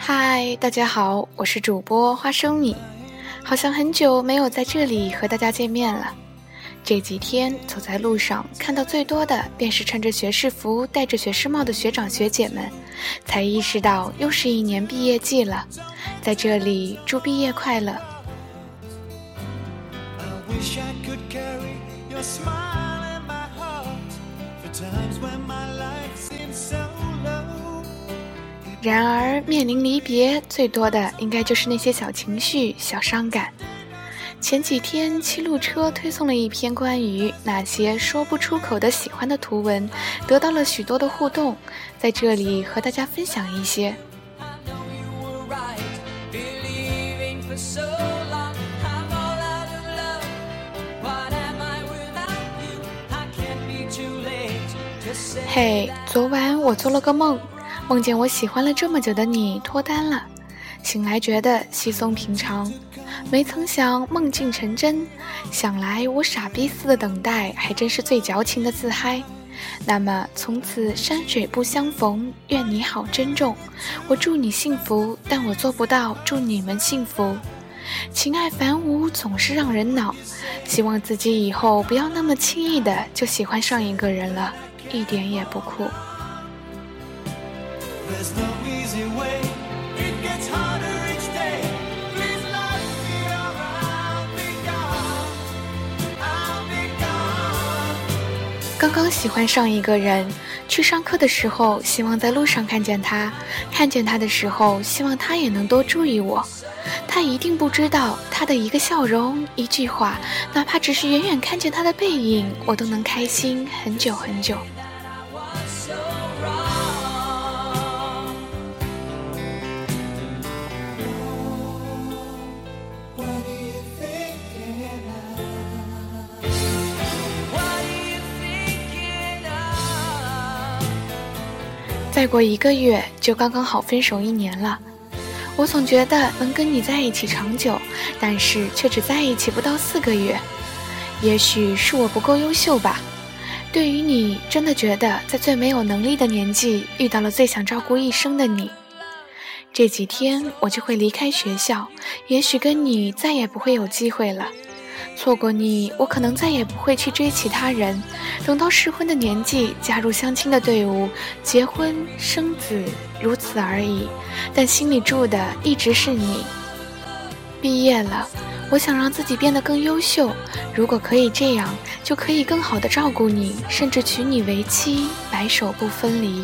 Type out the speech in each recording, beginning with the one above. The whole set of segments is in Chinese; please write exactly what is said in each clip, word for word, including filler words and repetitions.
嗨，大家好，我是主播花生米，好像很久没有在这里和大家见面了。这几天走在路上，看到最多的便是穿着学士服、戴着学士帽的学长学姐们，才意识到又是一年毕业季了。在这里祝毕业快乐。然而面临离别，最多的应该就是那些小情绪、小伤感。前几天七路车推送了一篇关于那些说不出口的喜欢的图文，得到了许多的互动，在这里和大家分享一些。嘿，昨晚我做了个梦，梦见我喜欢了这么久的你脱单了，醒来觉得稀松平常，没曾想梦境成真，想来我傻逼似的等待还真是最矫情的自嗨。那么从此山水不相逢，愿你好珍重，我祝你幸福，但我做不到祝你们幸福。情爱繁芜总是让人恼，希望自己以后不要那么轻易的就喜欢上一个人了，一点也不酷。刚刚喜欢上一个人，去上课的时候希望在路上看见他，看见他的时候希望他也能多注意我。他一定不知道，他的一个笑容，一句话，哪怕只是远远看见他的背影，我都能开心很久很久。再过一个月就刚刚好分手一年了，我总觉得能跟你在一起长久，但是却只在一起不到四个月。也许是我不够优秀吧，对于你真的觉得在最没有能力的年纪遇到了最想照顾一生的你。这几天我就会离开学校，也许跟你再也不会有机会了。错过你，我可能再也不会去追其他人，等到适婚的年纪加入相亲的队伍，结婚生子，如此而已，但心里住的一直是你。毕业了，我想让自己变得更优秀，如果可以这样，就可以更好地照顾你，甚至娶你为妻，白首不分离。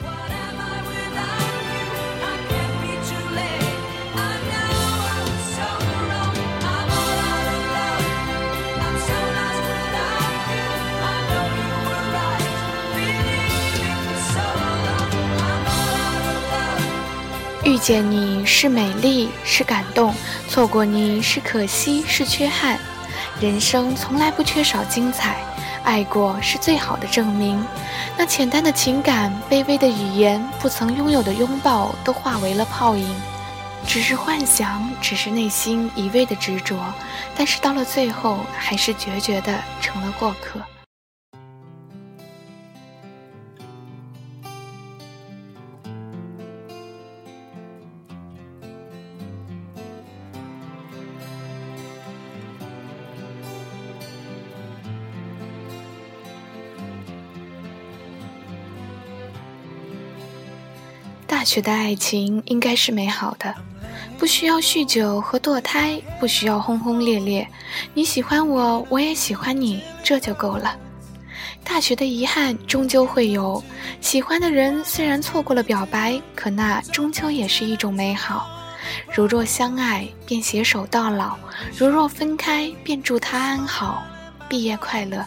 遇见你是美丽，是感动，错过你是可惜，是缺憾。人生从来不缺少精彩，爱过是最好的证明。那浅淡的情感，卑微的语言，不曾拥有的拥抱，都化为了泡影。只是幻想，只是内心一味的执着，但是到了最后，还是决绝的成了过客。大学的爱情应该是美好的，不需要酗酒和堕胎，不需要轰轰烈烈，你喜欢我，我也喜欢你，这就够了。大学的遗憾终究会有，喜欢的人虽然错过了表白，可那终究也是一种美好。如若相爱，便携手到老；如若分开，便祝他安好。毕业快乐。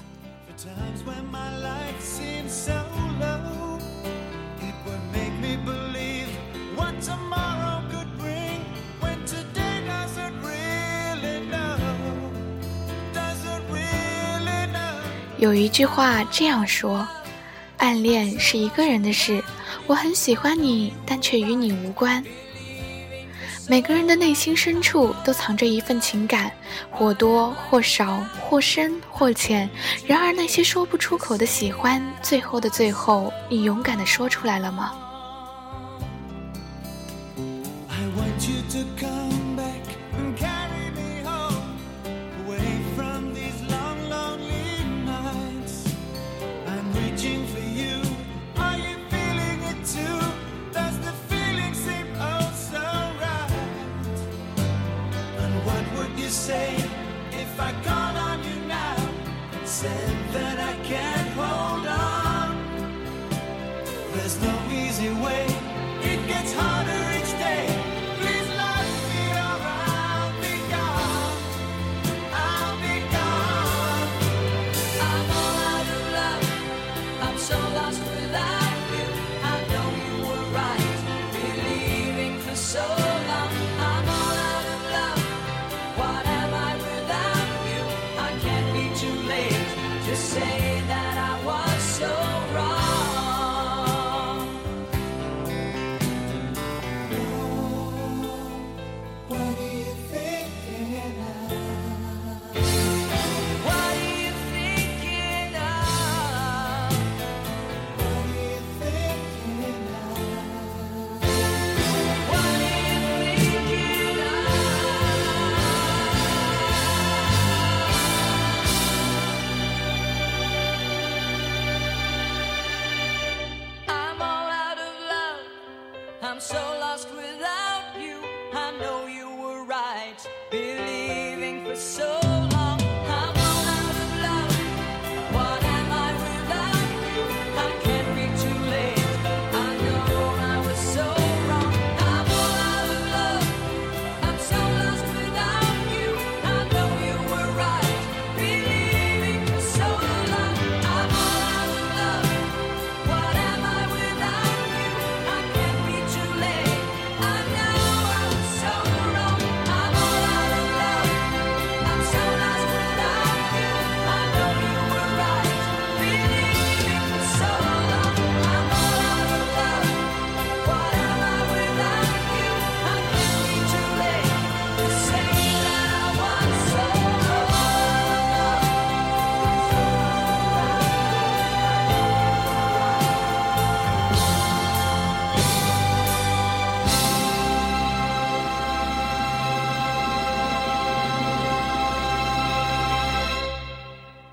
有一句话这样说，暗恋是一个人的事，我很喜欢你，但却与你无关。每个人的内心深处都藏着一份情感，或多或少，或深或浅，然而那些说不出口的喜欢，最后的最后，你勇敢地说出来了吗？ There's no easy way. It gets harder